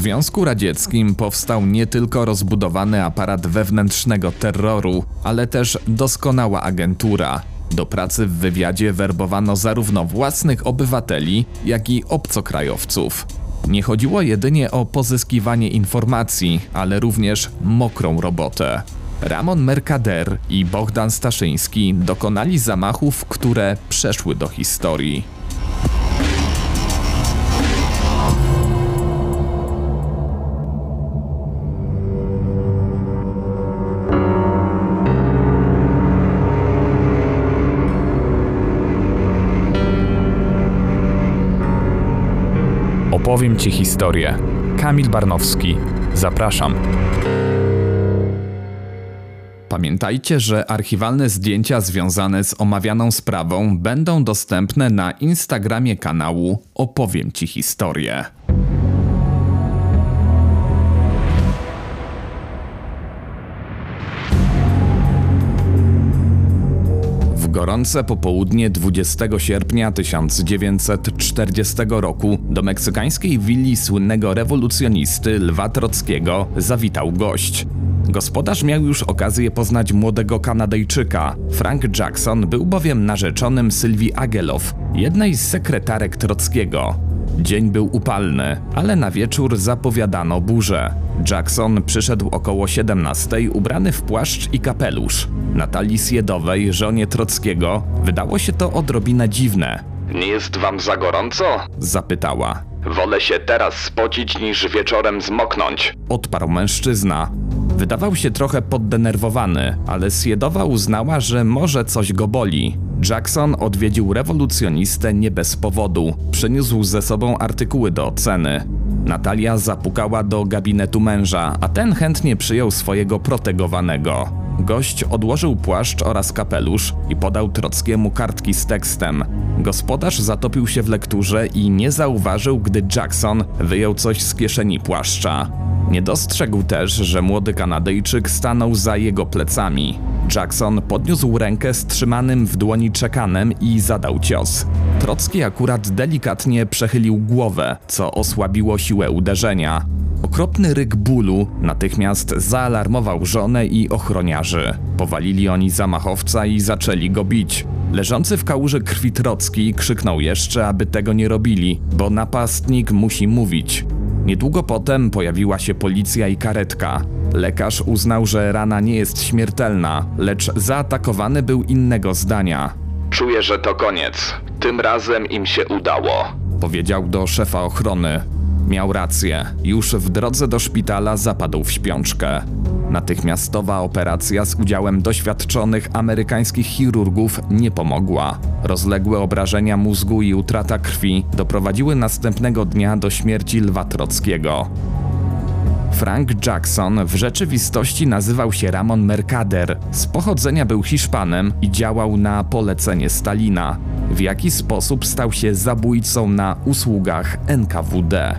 Związku Radzieckim powstał nie tylko rozbudowany aparat wewnętrznego terroru, ale też doskonała agentura. Do pracy w wywiadzie werbowano zarówno własnych obywateli, jak i obcokrajowców. Nie chodziło jedynie o pozyskiwanie informacji, ale również mokrą robotę. Ramon Mercader i Bohdan Staszyński dokonali zamachów, które przeszły do historii. Opowiem Ci historię. Kamil Barnowski. Zapraszam. Pamiętajcie, że archiwalne zdjęcia związane z omawianą sprawą będą dostępne na Instagramie kanału Opowiem Ci historię. Gorące popołudnie 20 sierpnia 1940 roku do meksykańskiej willi słynnego rewolucjonisty Lwa Trockiego zawitał gość. Gospodarz miał już okazję poznać młodego Kanadyjczyka. Frank Jackson był bowiem narzeczonym Sylwii Agelow, jednej z sekretarek Trockiego. Dzień był upalny, ale na wieczór zapowiadano burzę. Jackson przyszedł około 17:00 ubrany w płaszcz i kapelusz. Natalii Siedowej, żonie Trockiego, wydało się to odrobinę dziwne. Nie jest wam za gorąco? Zapytała. Wolę się teraz spocić niż wieczorem zmoknąć. Odparł mężczyzna. Wydawał się trochę poddenerwowany, ale Siedowa uznała, że może coś go boli. Jackson odwiedził rewolucjonistę nie bez powodu. Przyniósł ze sobą artykuły do oceny. Natalia zapukała do gabinetu męża, a ten chętnie przyjął swojego protegowanego. Gość odłożył płaszcz oraz kapelusz i podał Trockiemu kartki z tekstem. Gospodarz zatopił się w lekturze i nie zauważył, gdy Jackson wyjął coś z kieszeni płaszcza. Nie dostrzegł też, że młody Kanadyjczyk stanął za jego plecami. Jackson podniósł rękę z trzymanym w dłoni czekanem i zadał cios. Trocki akurat delikatnie przechylił głowę, co osłabiło siłę uderzenia. Okropny ryk bólu natychmiast zaalarmował żonę i ochroniarzy. Powalili oni zamachowca i zaczęli go bić. Leżący w kałuży krwi Trocki krzyknął jeszcze, aby tego nie robili, bo napastnik musi mówić. Niedługo potem pojawiła się policja i karetka. Lekarz uznał, że rana nie jest śmiertelna, lecz zaatakowany był innego zdania. Czuję, że to koniec. Tym razem im się udało. Powiedział do szefa ochrony. Miał rację. Już w drodze do szpitala zapadł w śpiączkę. Natychmiastowa operacja z udziałem doświadczonych amerykańskich chirurgów nie pomogła. Rozległe obrażenia mózgu i utrata krwi doprowadziły następnego dnia do śmierci Lwa Trockiego. Frank Jackson w rzeczywistości nazywał się Ramon Mercader. Z pochodzenia był Hiszpanem i działał na polecenie Stalina. W jaki sposób stał się zabójcą na usługach NKWD?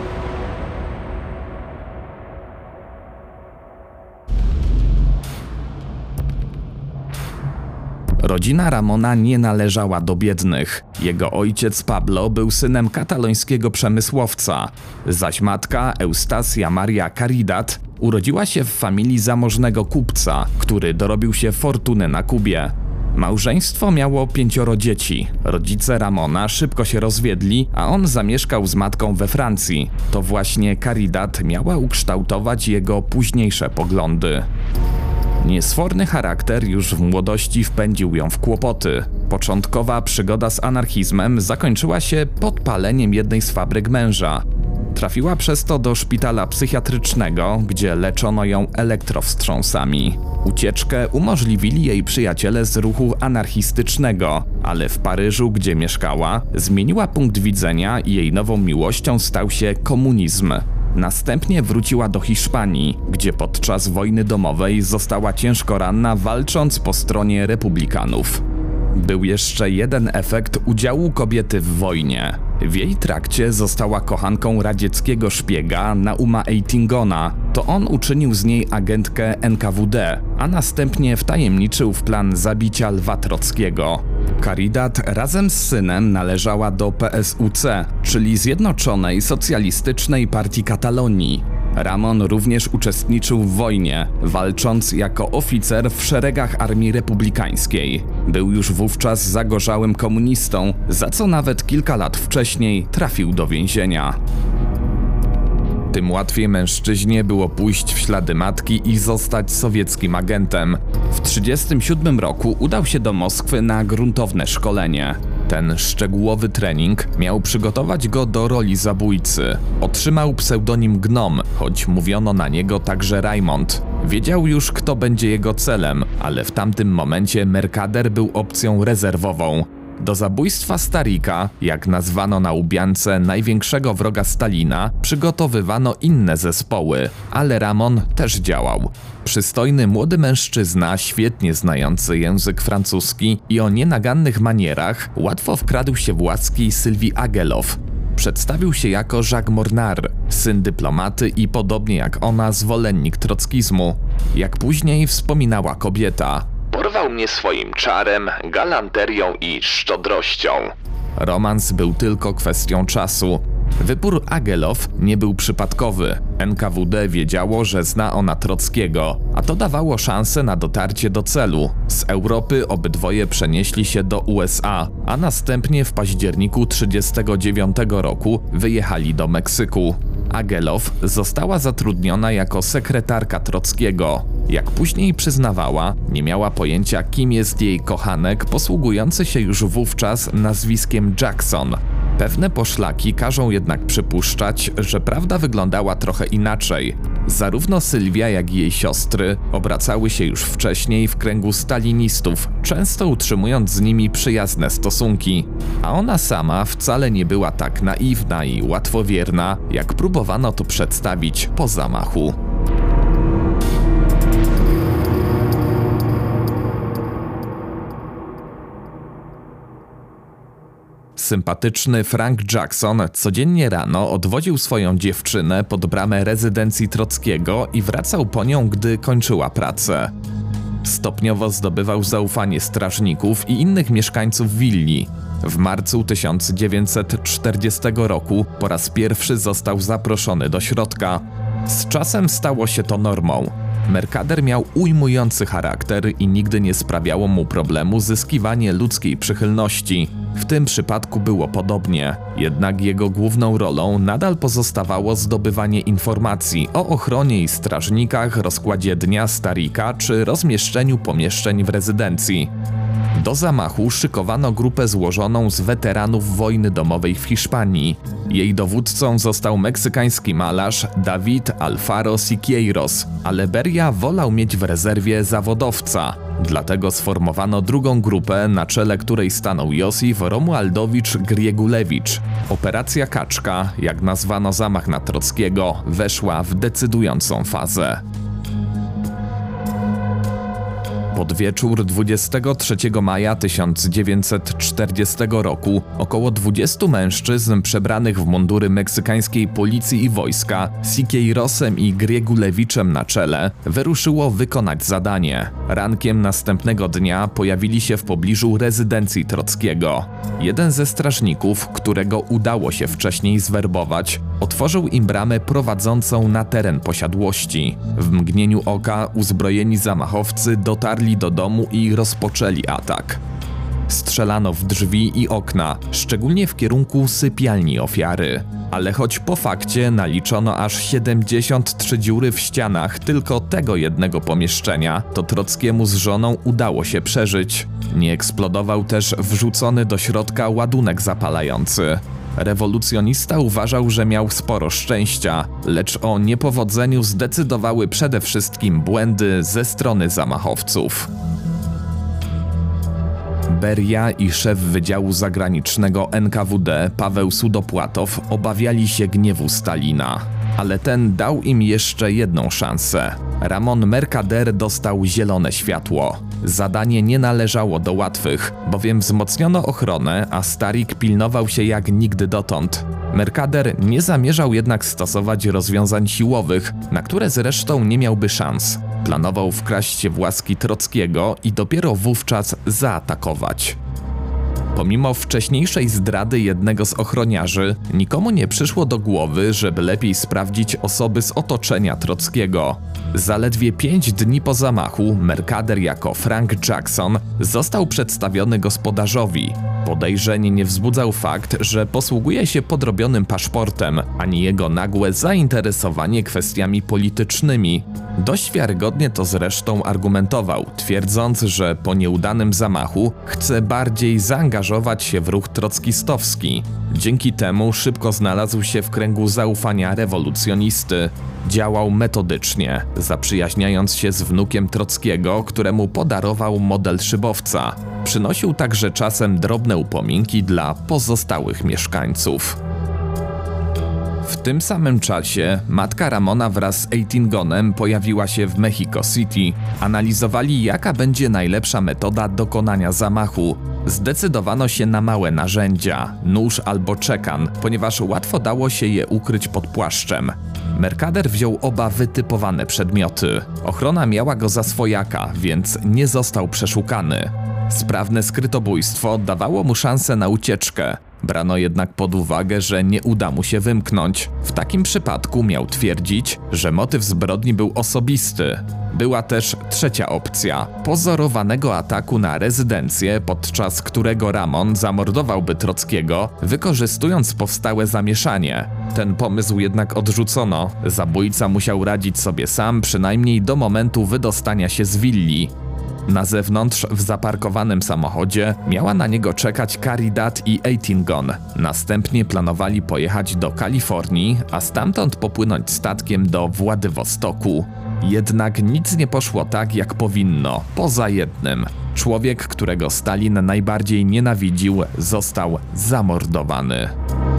Rodzina Ramona nie należała do biednych. Jego ojciec Pablo był synem katalońskiego przemysłowca, zaś matka Eustacia Maria Caridad urodziła się w familii zamożnego kupca, który dorobił się fortuny na Kubie. Małżeństwo miało 5 dzieci. Rodzice Ramona szybko się rozwiedli, a on zamieszkał z matką we Francji. To właśnie Caridad miała ukształtować jego późniejsze poglądy. Niesforny charakter już w młodości wpędził ją w kłopoty. Początkowa przygoda z anarchizmem zakończyła się podpaleniem jednej z fabryk męża. Trafiła przez to do szpitala psychiatrycznego, gdzie leczono ją elektrowstrząsami. Ucieczkę umożliwili jej przyjaciele z ruchu anarchistycznego, ale w Paryżu, gdzie mieszkała, zmieniła punkt widzenia i jej nową miłością stał się komunizm. Następnie wróciła do Hiszpanii, gdzie podczas wojny domowej została ciężko ranna, walcząc po stronie republikanów. Był jeszcze jeden efekt udziału kobiety w wojnie. W jej trakcie została kochanką radzieckiego szpiega Nauma Eitingona. To on uczynił z niej agentkę NKWD, a następnie wtajemniczył w plan zabicia Lwa Trockiego. Caridat razem z synem należała do PSUC, czyli Zjednoczonej Socjalistycznej Partii Katalonii. Ramon również uczestniczył w wojnie, walcząc jako oficer w szeregach Armii Republikańskiej. Był już wówczas zagorzałym komunistą, za co nawet kilka lat wcześniej trafił do więzienia. Tym łatwiej mężczyźnie było pójść w ślady matki i zostać sowieckim agentem. W 1937 roku udał się do Moskwy na gruntowne szkolenie. Ten szczegółowy trening miał przygotować go do roli zabójcy. Otrzymał pseudonim Gnom, choć mówiono na niego także Raymond. Wiedział już, kto będzie jego celem, ale w tamtym momencie Mercader był opcją rezerwową. Do zabójstwa Starika, jak nazwano na Łubiance największego wroga Stalina, przygotowywano inne zespoły, ale Ramon też działał. Przystojny młody mężczyzna, świetnie znający język francuski i o nienagannych manierach, łatwo wkradł się w łaski Sylwii Agelow. Przedstawił się jako Jacques Mornar, syn dyplomaty i podobnie jak ona zwolennik trockizmu. Jak później wspominała kobieta: porwał mnie swoim czarem, galanterią i szczodrością. Romans był tylko kwestią czasu. Wybór Agelow nie był przypadkowy. NKWD wiedziało, że zna ona Trockiego, a to dawało szansę na dotarcie do celu. Z Europy obydwoje przenieśli się do USA, a następnie w październiku 1939 roku wyjechali do Meksyku. Agelow została zatrudniona jako sekretarka Trockiego. Jak później przyznawała, nie miała pojęcia, kim jest jej kochanek posługujący się już wówczas nazwiskiem Jackson. Pewne poszlaki każą jednak przypuszczać, że prawda wyglądała trochę inaczej. Zarówno Sylwia, jak i jej siostry obracały się już wcześniej w kręgu stalinistów, często utrzymując z nimi przyjazne stosunki. A ona sama wcale nie była tak naiwna i łatwowierna, jak próbowano to przedstawić po zamachu. Sympatyczny Frank Jackson codziennie rano odwoził swoją dziewczynę pod bramę rezydencji Trockiego i wracał po nią, gdy kończyła pracę. Stopniowo zdobywał zaufanie strażników i innych mieszkańców willi. W marcu 1940 roku po raz pierwszy został zaproszony do środka. Z czasem stało się to normą. Mercader miał ujmujący charakter i nigdy nie sprawiało mu problemu zyskiwanie ludzkiej przychylności. W tym przypadku było podobnie, jednak jego główną rolą nadal pozostawało zdobywanie informacji o ochronie i strażnikach, rozkładzie dnia Starika czy rozmieszczeniu pomieszczeń w rezydencji. Do zamachu szykowano grupę złożoną z weteranów wojny domowej w Hiszpanii. Jej dowódcą został meksykański malarz David Alfaro Siqueiros, ale Beria wolał mieć w rezerwie zawodowca. Dlatego sformowano drugą grupę, na czele której stanął Josif Romualdowicz Griegulewicz. Operacja Kaczka, jak nazwano zamach na Trockiego, weszła w decydującą fazę. Pod wieczór 23 maja 1940 roku około 20 mężczyzn przebranych w mundury meksykańskiej policji i wojska, Siqueirosem i Griegulewiczem na czele, wyruszyło wykonać zadanie. Rankiem następnego dnia pojawili się w pobliżu rezydencji Trockiego. Jeden ze strażników, którego udało się wcześniej zwerbować, otworzył im bramę prowadzącą na teren posiadłości. W mgnieniu oka uzbrojeni zamachowcy dotarli do domu i rozpoczęli atak. Strzelano w drzwi i okna, szczególnie w kierunku sypialni ofiary. Ale choć po fakcie naliczono aż 73 dziury w ścianach tylko tego jednego pomieszczenia, to Trockiemu z żoną udało się przeżyć. Nie eksplodował też wrzucony do środka ładunek zapalający. Rewolucjonista uważał, że miał sporo szczęścia, lecz o niepowodzeniu zdecydowały przede wszystkim błędy ze strony zamachowców. Beria i szef Wydziału Zagranicznego NKWD Paweł Sudopłatow obawiali się gniewu Stalina. Ale ten dał im jeszcze jedną szansę. Ramon Mercader dostał zielone światło. Zadanie nie należało do łatwych, bowiem wzmocniono ochronę, a Starik pilnował się jak nigdy dotąd. Mercader nie zamierzał jednak stosować rozwiązań siłowych, na które zresztą nie miałby szans. Planował wkraść się w łaski Trockiego i dopiero wówczas zaatakować. Pomimo wcześniejszej zdrady jednego z ochroniarzy, nikomu nie przyszło do głowy, żeby lepiej sprawdzić osoby z otoczenia Trockiego. Zaledwie 5 dni po zamachu Mercader jako Frank Jackson został przedstawiony gospodarzowi. Podejrzeń nie wzbudzał fakt, że posługuje się podrobionym paszportem, ani jego nagłe zainteresowanie kwestiami politycznymi. Dość wiarygodnie to zresztą argumentował, twierdząc, że po nieudanym zamachu chce bardziej zaangażować się w ruch trockistowski. Dzięki temu szybko znalazł się w kręgu zaufania rewolucjonisty. Działał metodycznie, zaprzyjaźniając się z wnukiem Trockiego, któremu podarował model szybowca. Przynosił także czasem drobne upominki dla pozostałych mieszkańców. W tym samym czasie matka Ramona wraz z Eitingonem pojawiła się w Mexico City. Analizowali, jaka będzie najlepsza metoda dokonania zamachu. Zdecydowano się na małe narzędzia, nóż albo czekan, ponieważ łatwo dało się je ukryć pod płaszczem. Mercader wziął oba wytypowane przedmioty. Ochrona miała go za swojaka, więc nie został przeszukany. Sprawne skrytobójstwo dawało mu szansę na ucieczkę. Brano jednak pod uwagę, że nie uda mu się wymknąć. W takim przypadku miał twierdzić, że motyw zbrodni był osobisty. Była też trzecia opcja – pozorowanego ataku na rezydencję, podczas którego Ramon zamordowałby Trockiego, wykorzystując powstałe zamieszanie. Ten pomysł jednak odrzucono. Zabójca musiał radzić sobie sam, przynajmniej do momentu wydostania się z willi. Na zewnątrz, w zaparkowanym samochodzie, miała na niego czekać Caridad i Eitingon. Następnie planowali pojechać do Kalifornii, a stamtąd popłynąć statkiem do Władywostoku. Jednak nic nie poszło tak, jak powinno, poza jednym. Człowiek, którego Stalin najbardziej nienawidził, został zamordowany.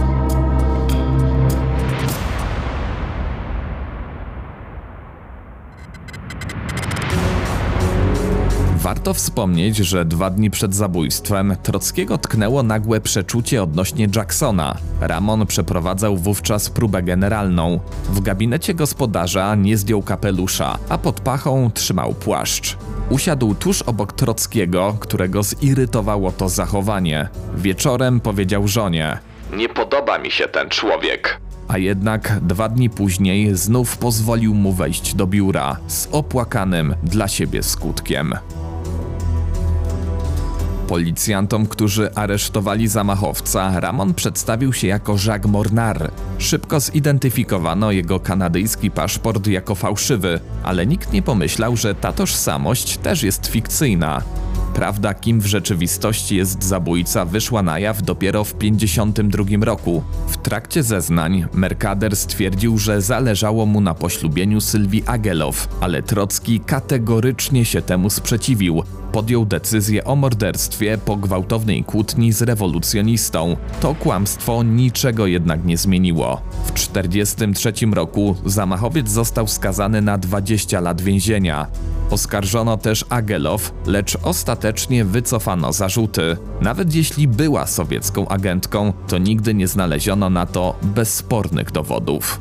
Warto wspomnieć, że 2 dni przed zabójstwem Trockiego tknęło nagłe przeczucie odnośnie Jacksona. Ramon przeprowadzał wówczas próbę generalną. W gabinecie gospodarza nie zdjął kapelusza, a pod pachą trzymał płaszcz. Usiadł tuż obok Trockiego, którego zirytowało to zachowanie. Wieczorem powiedział żonie: Nie podoba mi się ten człowiek. A jednak 2 dni później znów pozwolił mu wejść do biura z opłakanym dla siebie skutkiem. Policjantom, którzy aresztowali zamachowca, Ramon przedstawił się jako Jacques Mornar. Szybko zidentyfikowano jego kanadyjski paszport jako fałszywy, ale nikt nie pomyślał, że ta tożsamość też jest fikcyjna. Prawda, kim w rzeczywistości jest zabójca, wyszła na jaw dopiero w 1952 roku. W trakcie zeznań Mercader stwierdził, że zależało mu na poślubieniu Sylwii Agelow, ale Trocki kategorycznie się temu sprzeciwił. Podjął decyzję o morderstwie po gwałtownej kłótni z rewolucjonistą. To kłamstwo niczego jednak nie zmieniło. W 1943 roku zamachowiec został skazany na 20 lat więzienia. Oskarżono też Agelow, lecz ostatecznie wycofano zarzuty. Nawet jeśli była sowiecką agentką, to nigdy nie znaleziono na to bezspornych dowodów.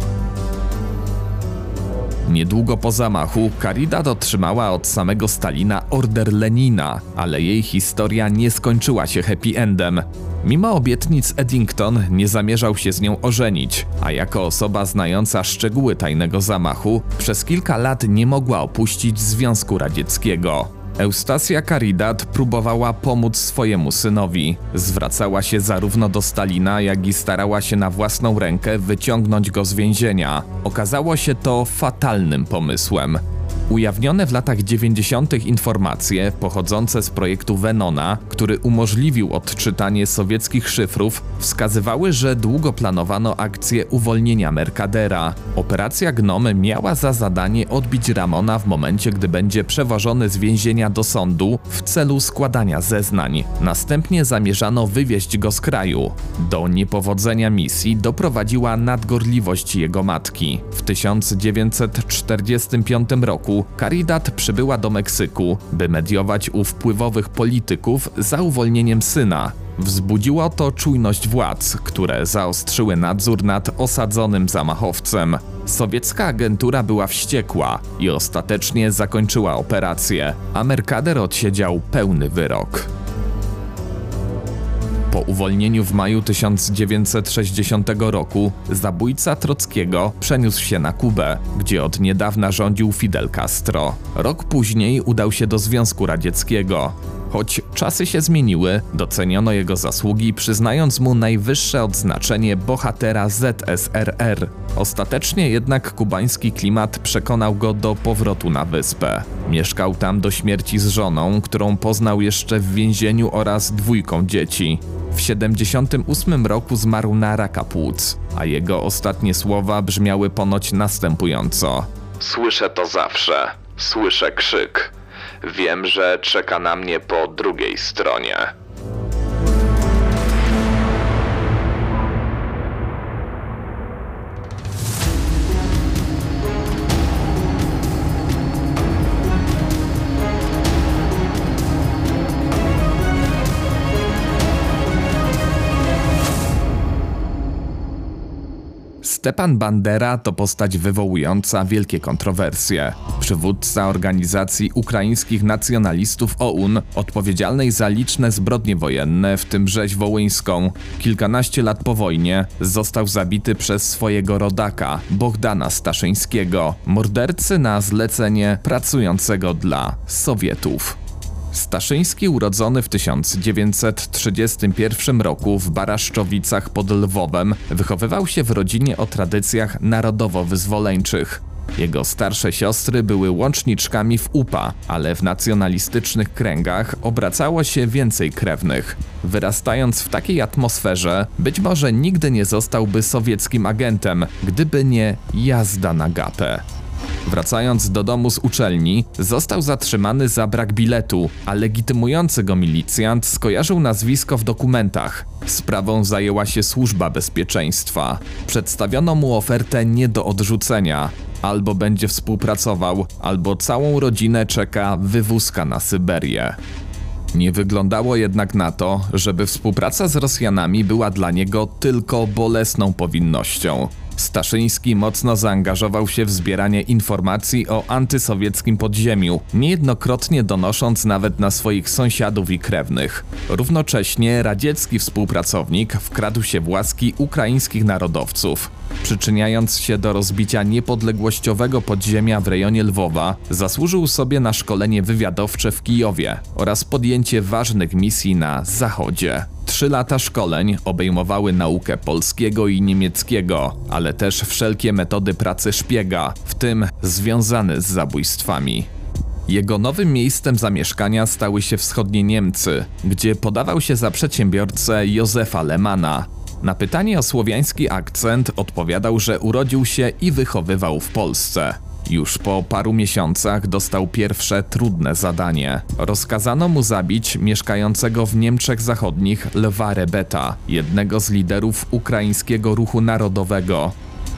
Niedługo po zamachu Caridad otrzymała od samego Stalina Order Lenina, ale jej historia nie skończyła się happy endem. Mimo obietnic Eddington nie zamierzał się z nią ożenić, a jako osoba znająca szczegóły tajnego zamachu przez kilka lat nie mogła opuścić Związku Radzieckiego. Eustasia Caridad próbowała pomóc swojemu synowi. Zwracała się zarówno do Stalina, jak i starała się na własną rękę wyciągnąć go z więzienia. Okazało się to fatalnym pomysłem. Ujawnione w latach 90. informacje pochodzące z projektu Venona, który umożliwił odczytanie sowieckich szyfrów, wskazywały, że długo planowano akcję uwolnienia Mercadera. Operacja Gnome miała za zadanie odbić Ramona w momencie, gdy będzie przewożony z więzienia do sądu w celu składania zeznań. Następnie zamierzano wywieźć go z kraju. Do niepowodzenia misji doprowadziła nadgorliwość jego matki. W 1945 roku Caridad przybyła do Meksyku, by mediować u wpływowych polityków za uwolnieniem syna. Wzbudziło to czujność władz, które zaostrzyły nadzór nad osadzonym zamachowcem. Sowiecka agentura była wściekła i ostatecznie zakończyła operację, a Mercader odsiedział pełny wyrok. Po uwolnieniu w maju 1960 roku zabójca Trockiego przeniósł się na Kubę, gdzie od niedawna rządził Fidel Castro. Rok później udał się do Związku Radzieckiego. Choć czasy się zmieniły, doceniono jego zasługi, przyznając mu najwyższe odznaczenie bohatera ZSRR. Ostatecznie jednak kubański klimat przekonał go do powrotu na wyspę. Mieszkał tam do śmierci z żoną, którą poznał jeszcze w więzieniu, oraz 2 dzieci. W 1978 roku zmarł na raka płuc, a jego ostatnie słowa brzmiały ponoć następująco. Słyszę to zawsze. Słyszę krzyk. Wiem, że czeka na mnie po drugiej stronie. Stepan Bandera to postać wywołująca wielkie kontrowersje. Przywódca organizacji ukraińskich nacjonalistów OUN, odpowiedzialnej za liczne zbrodnie wojenne, w tym rzeź wołyńską. Kilkanaście lat po wojnie został zabity przez swojego rodaka, Bohdana Staszyńskiego, mordercy na zlecenie pracującego dla Sowietów. Staszyński, urodzony w 1931 roku w Baraszczowicach pod Lwowem, wychowywał się w rodzinie o tradycjach narodowo-wyzwoleńczych. Jego starsze siostry były łączniczkami w UPA, ale w nacjonalistycznych kręgach obracało się więcej krewnych. Wyrastając w takiej atmosferze, być może nigdy nie zostałby sowieckim agentem, gdyby nie jazda na gapę. Wracając do domu z uczelni, został zatrzymany za brak biletu, a legitymujący go milicjant skojarzył nazwisko w dokumentach. Sprawą zajęła się Służba Bezpieczeństwa. Przedstawiono mu ofertę nie do odrzucenia. Albo będzie współpracował, albo całą rodzinę czeka wywózka na Syberię. Nie wyglądało jednak na to, żeby współpraca z Rosjanami była dla niego tylko bolesną powinnością. Staszyński mocno zaangażował się w zbieranie informacji o antysowieckim podziemiu, niejednokrotnie donosząc nawet na swoich sąsiadów i krewnych. Równocześnie radziecki współpracownik wkradł się w łaski ukraińskich narodowców. Przyczyniając się do rozbicia niepodległościowego podziemia w rejonie Lwowa, zasłużył sobie na szkolenie wywiadowcze w Kijowie oraz podjęcie ważnych misji na Zachodzie. 3 lata szkoleń obejmowały naukę polskiego i niemieckiego, ale też wszelkie metody pracy szpiega, w tym związane z zabójstwami. Jego nowym miejscem zamieszkania stały się wschodnie Niemcy, gdzie podawał się za przedsiębiorcę Józefa Lemana. Na pytanie o słowiański akcent odpowiadał, że urodził się i wychowywał w Polsce. Już po paru miesiącach dostał pierwsze trudne zadanie. Rozkazano mu zabić mieszkającego w Niemczech Zachodnich Lwa Rebeta, jednego z liderów ukraińskiego ruchu narodowego.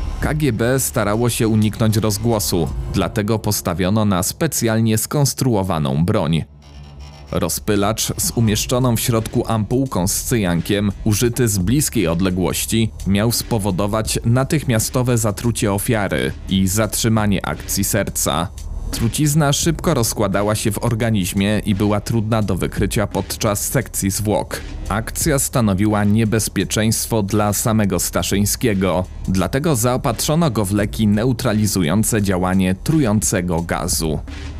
KGB starało się uniknąć rozgłosu, dlatego postawiono na specjalnie skonstruowaną broń. Rozpylacz z umieszczoną w środku ampułką z cyjankiem, użyty z bliskiej odległości, miał spowodować natychmiastowe zatrucie ofiary i zatrzymanie akcji serca. Trucizna szybko rozkładała się w organizmie i była trudna do wykrycia podczas sekcji zwłok. Akcja stanowiła niebezpieczeństwo dla samego Staszyńskiego, dlatego zaopatrzono go w leki neutralizujące działanie trującego gazu.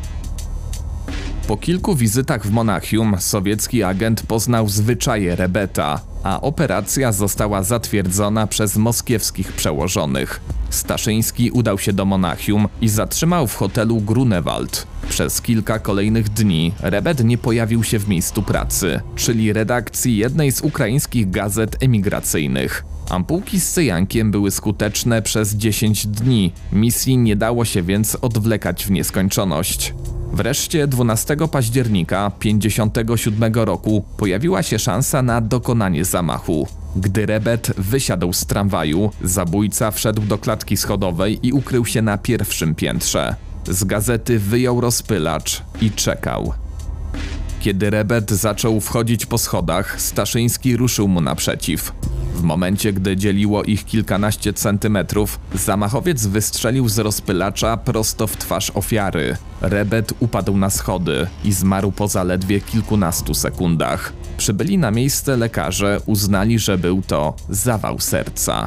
Po kilku wizytach w Monachium sowiecki agent poznał zwyczaje Rebeta, a operacja została zatwierdzona przez moskiewskich przełożonych. Staszyński udał się do Monachium i zatrzymał w hotelu Grunewald. Przez kilka kolejnych dni Rebet nie pojawił się w miejscu pracy, czyli redakcji jednej z ukraińskich gazet emigracyjnych. Ampułki z cyjankiem były skuteczne przez 10 dni, misji nie dało się więc odwlekać w nieskończoność. Wreszcie 12 października 1957 roku pojawiła się szansa na dokonanie zamachu. Gdy Rebet wysiadł z tramwaju, zabójca wszedł do klatki schodowej i ukrył się na pierwszym piętrze. Z gazety wyjął rozpylacz i czekał. Kiedy Rebet zaczął wchodzić po schodach, Staszyński ruszył mu naprzeciw. W momencie, gdy dzieliło ich kilkanaście centymetrów, zamachowiec wystrzelił z rozpylacza prosto w twarz ofiary. Rebet upadł na schody i zmarł po zaledwie kilkunastu sekundach. Przybyli na miejsce lekarze uznali, że był to zawał serca.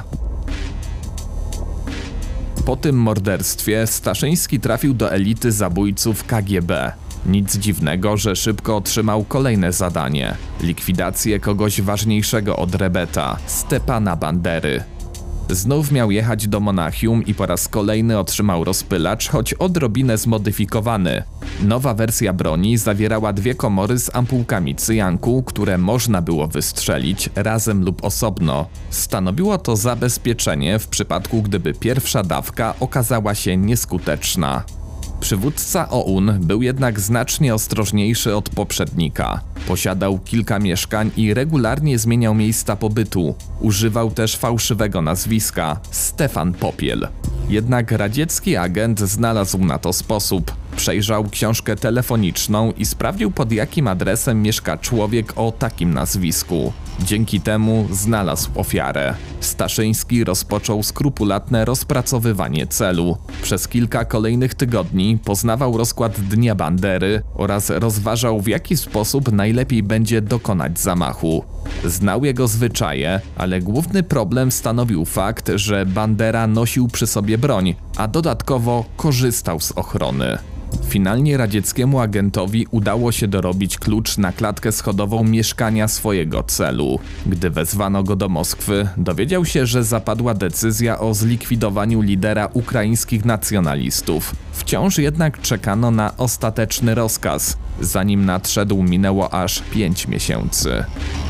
Po tym morderstwie Staszyński trafił do elity zabójców KGB. Nic dziwnego, że szybko otrzymał kolejne zadanie – likwidację kogoś ważniejszego od Rebeta, Stepana Bandery. Znów miał jechać do Monachium i po raz kolejny otrzymał rozpylacz, choć odrobinę zmodyfikowany. Nowa wersja broni zawierała 2 komory z ampułkami cyjanku, które można było wystrzelić razem lub osobno. Stanowiło to zabezpieczenie w przypadku, gdyby pierwsza dawka okazała się nieskuteczna. Przywódca OUN był jednak znacznie ostrożniejszy od poprzednika. Posiadał kilka mieszkań i regularnie zmieniał miejsca pobytu. Używał też fałszywego nazwiska – Stefan Popiel. Jednak radziecki agent znalazł na to sposób. Przejrzał książkę telefoniczną i sprawdził, pod jakim adresem mieszka człowiek o takim nazwisku. Dzięki temu znalazł ofiarę. Staszyński rozpoczął skrupulatne rozpracowywanie celu. Przez kilka kolejnych tygodni poznawał rozkład dnia Bandery oraz rozważał, w jaki sposób najlepiej będzie dokonać zamachu. Znał jego zwyczaje, ale główny problem stanowił fakt, że Bandera nosił przy sobie broń, a dodatkowo korzystał z ochrony. Finalnie radzieckiemu agentowi udało się dorobić klucz na klatkę schodową mieszkania swojego celu. Gdy wezwano go do Moskwy, dowiedział się, że zapadła decyzja o zlikwidowaniu lidera ukraińskich nacjonalistów. Wciąż jednak czekano na ostateczny rozkaz. Zanim nadszedł, minęło aż 5 miesięcy.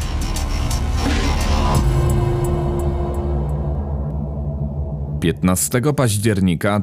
„15 października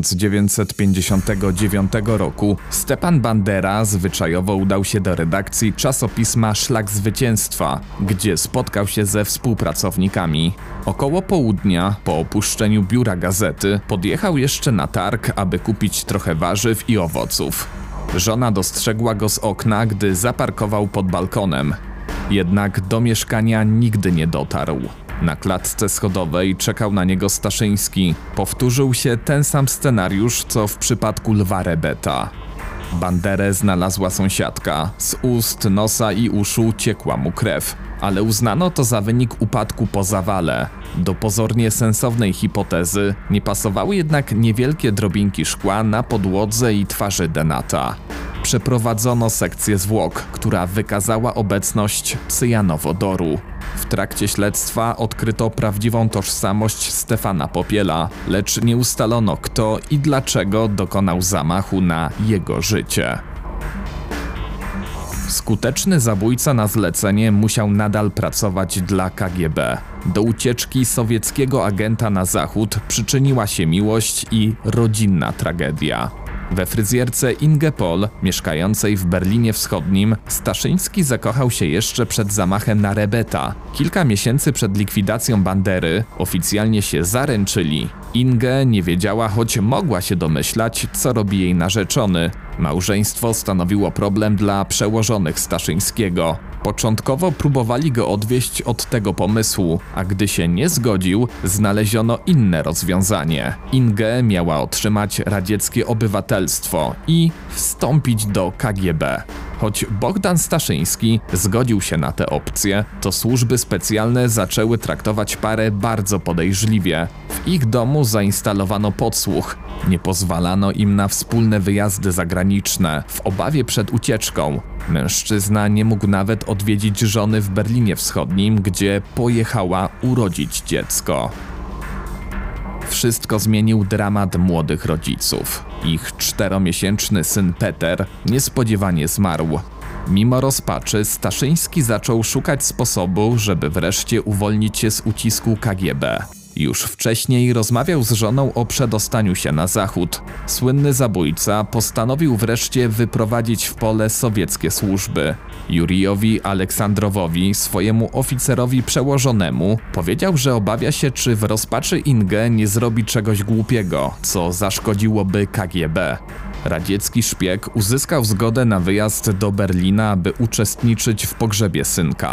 1959 roku Stepan Bandera zwyczajowo udał się do redakcji czasopisma Szlak Zwycięstwa, gdzie spotkał się ze współpracownikami. Około południa, po opuszczeniu biura gazety, podjechał jeszcze na targ, aby kupić trochę warzyw i owoców. Żona dostrzegła go z okna, gdy zaparkował pod balkonem. Jednak do mieszkania nigdy nie dotarł. Na klatce schodowej czekał na niego Staszyński. Powtórzył się ten sam scenariusz, co w przypadku Lwa Rebeta. Banderę znalazła sąsiadka. Z ust, nosa i uszu ciekła mu krew, ale uznano to za wynik upadku po zawale. Do pozornie sensownej hipotezy nie pasowały jednak niewielkie drobinki szkła na podłodze i twarzy denata. Przeprowadzono sekcję zwłok, która wykazała obecność cyjanowodoru. W trakcie śledztwa odkryto prawdziwą tożsamość Stefana Popiela, lecz nie ustalono, kto i dlaczego dokonał zamachu na jego życie. Skuteczny zabójca na zlecenie musiał nadal pracować dla KGB. Do ucieczki sowieckiego agenta na zachód przyczyniła się miłość i rodzinna tragedia. We fryzjerce Inge Pol, mieszkającej w Berlinie Wschodnim, Staszyński zakochał się jeszcze przed zamachem na Rebeta. Kilka miesięcy przed likwidacją Bandery oficjalnie się zaręczyli. Inge nie wiedziała, choć mogła się domyślać, co robi jej narzeczony. Małżeństwo stanowiło problem dla przełożonych Staszyńskiego. Początkowo próbowali go odwieść od tego pomysłu, a gdy się nie zgodził, znaleziono inne rozwiązanie. Inge miała otrzymać radzieckie obywatelstwo i wstąpić do KGB. Choć Bogdan Staszyński zgodził się na tę opcję, to służby specjalne zaczęły traktować parę bardzo podejrzliwie. W ich domu zainstalowano podsłuch. Nie pozwalano im na wspólne wyjazdy zagraniczne, w obawie przed ucieczką. Mężczyzna nie mógł nawet odwiedzić żony w Berlinie Wschodnim, gdzie pojechała urodzić dziecko. Wszystko zmienił dramat młodych rodziców. Ich 4-miesięczny syn Peter niespodziewanie zmarł. Mimo rozpaczy Staszyński zaczął szukać sposobu, żeby wreszcie uwolnić się z ucisku KGB. Już wcześniej rozmawiał z żoną o przedostaniu się na zachód. Słynny zabójca postanowił wreszcie wyprowadzić w pole sowieckie służby. Jurijowi Aleksandrowowi, swojemu oficerowi przełożonemu, powiedział, że obawia się, czy w rozpaczy Inge nie zrobi czegoś głupiego, co zaszkodziłoby KGB. Radziecki szpieg uzyskał zgodę na wyjazd do Berlina, aby uczestniczyć w pogrzebie synka.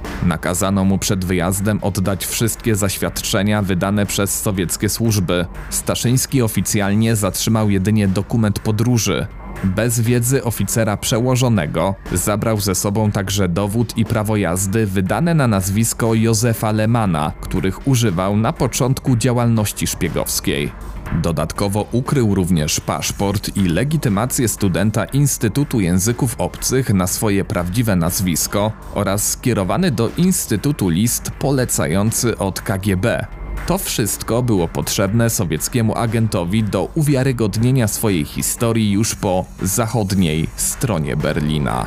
Nakazano mu przed wyjazdem oddać wszystkie zaświadczenia wydane przez sowieckie służby. Staszyński oficjalnie zatrzymał jedynie dokument podróży. Bez wiedzy oficera przełożonego zabrał ze sobą także dowód i prawo jazdy wydane na nazwisko Józefa Lemana, których używał na początku działalności szpiegowskiej. Dodatkowo ukrył również paszport i legitymację studenta Instytutu Języków Obcych na swoje prawdziwe nazwisko oraz skierowany do Instytutu list polecający od KGB. To wszystko było potrzebne sowieckiemu agentowi do uwiarygodnienia swojej historii już po zachodniej stronie Berlina.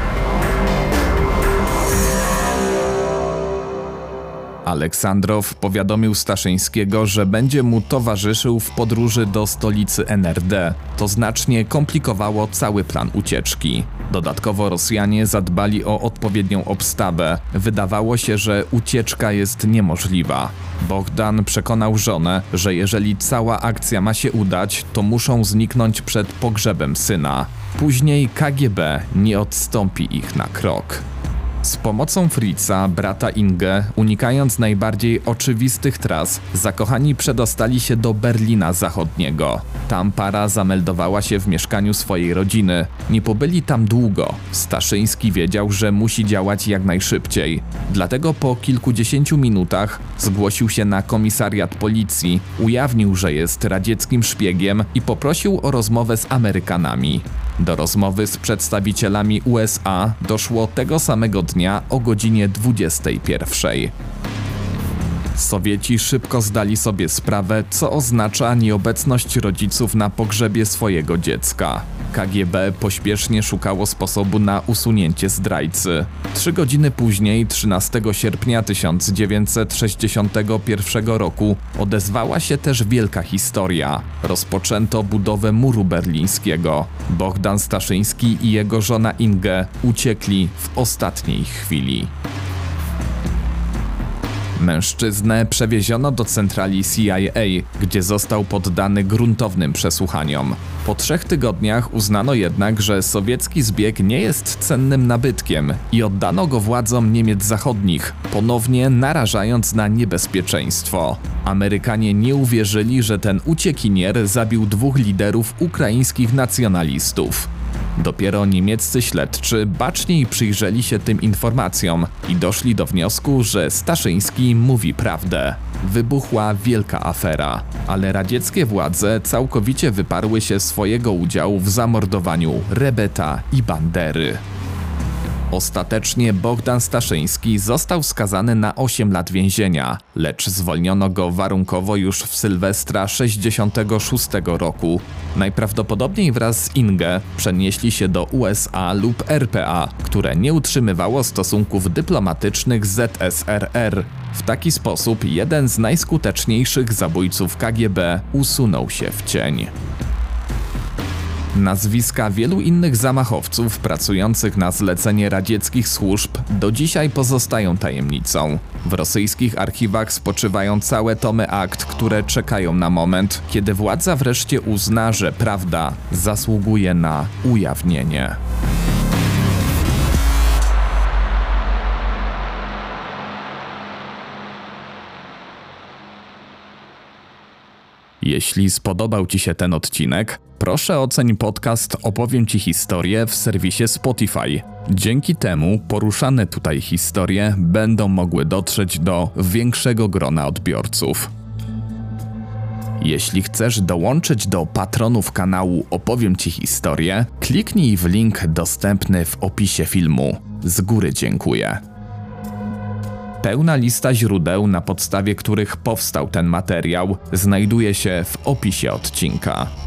Aleksandrow powiadomił Staszyńskiego, że będzie mu towarzyszył w podróży do stolicy NRD. To znacznie komplikowało cały plan ucieczki. Dodatkowo Rosjanie zadbali o odpowiednią obstawę. Wydawało się, że ucieczka jest niemożliwa. Bohdan przekonał żonę, że jeżeli cała akcja ma się udać, to muszą zniknąć przed pogrzebem syna. Później KGB nie odstąpi ich na krok. Z pomocą Fritza, brata Inge, unikając najbardziej oczywistych tras, zakochani przedostali się do Berlina Zachodniego. Tam para zameldowała się w mieszkaniu swojej rodziny. Nie pobyli tam długo. Staszyński wiedział, że musi działać jak najszybciej. Dlatego po kilkudziesięciu minutach zgłosił się na komisariat policji, ujawnił, że jest radzieckim szpiegiem i poprosił o rozmowę z Amerykanami. Do rozmowy z przedstawicielami USA doszło tego samego dnia o godzinie 21. Sowieci szybko zdali sobie sprawę, co oznacza nieobecność rodziców na pogrzebie swojego dziecka. KGB pośpiesznie szukało sposobu na usunięcie zdrajcy. 3 godziny później, 13 sierpnia 1961 roku, odezwała się też wielka historia. Rozpoczęto budowę muru berlińskiego. Bohdan Staszyński i jego żona Inge uciekli w ostatniej chwili. Mężczyznę przewieziono do centrali CIA, gdzie został poddany gruntownym przesłuchaniom. Po 3 tygodniach uznano jednak, że sowiecki zbieg nie jest cennym nabytkiem i oddano go władzom Niemiec Zachodnich, ponownie narażając na niebezpieczeństwo. Amerykanie nie uwierzyli, że ten uciekinier zabił 2 liderów ukraińskich nacjonalistów. Dopiero niemieccy śledczy baczniej przyjrzeli się tym informacjom i doszli do wniosku, że Staszyński mówi prawdę. Wybuchła wielka afera, ale radzieckie władze całkowicie wyparły się swojego udziału w zamordowaniu Rebeta i Bandery. Ostatecznie Bohdan Staszyński został skazany na 8 lat więzienia, lecz zwolniono go warunkowo już w Sylwestra 1966 roku. Najprawdopodobniej wraz z Inge przenieśli się do USA lub RPA, które nie utrzymywało stosunków dyplomatycznych z ZSRR. W taki sposób jeden z najskuteczniejszych zabójców KGB usunął się w cień. Nazwiska wielu innych zamachowców pracujących na zlecenie radzieckich służb do dzisiaj pozostają tajemnicą. W rosyjskich archiwach spoczywają całe tomy akt, które czekają na moment, kiedy władza wreszcie uzna, że prawda zasługuje na ujawnienie. Jeśli spodobał Ci się ten odcinek, proszę oceń podcast Opowiem Ci historię w serwisie Spotify. Dzięki temu poruszane tutaj historie będą mogły dotrzeć do większego grona odbiorców. Jeśli chcesz dołączyć do patronów kanału Opowiem Ci historię, kliknij w link dostępny w opisie filmu. Z góry dziękuję. Pełna lista źródeł, na podstawie których powstał ten materiał, znajduje się w opisie odcinka.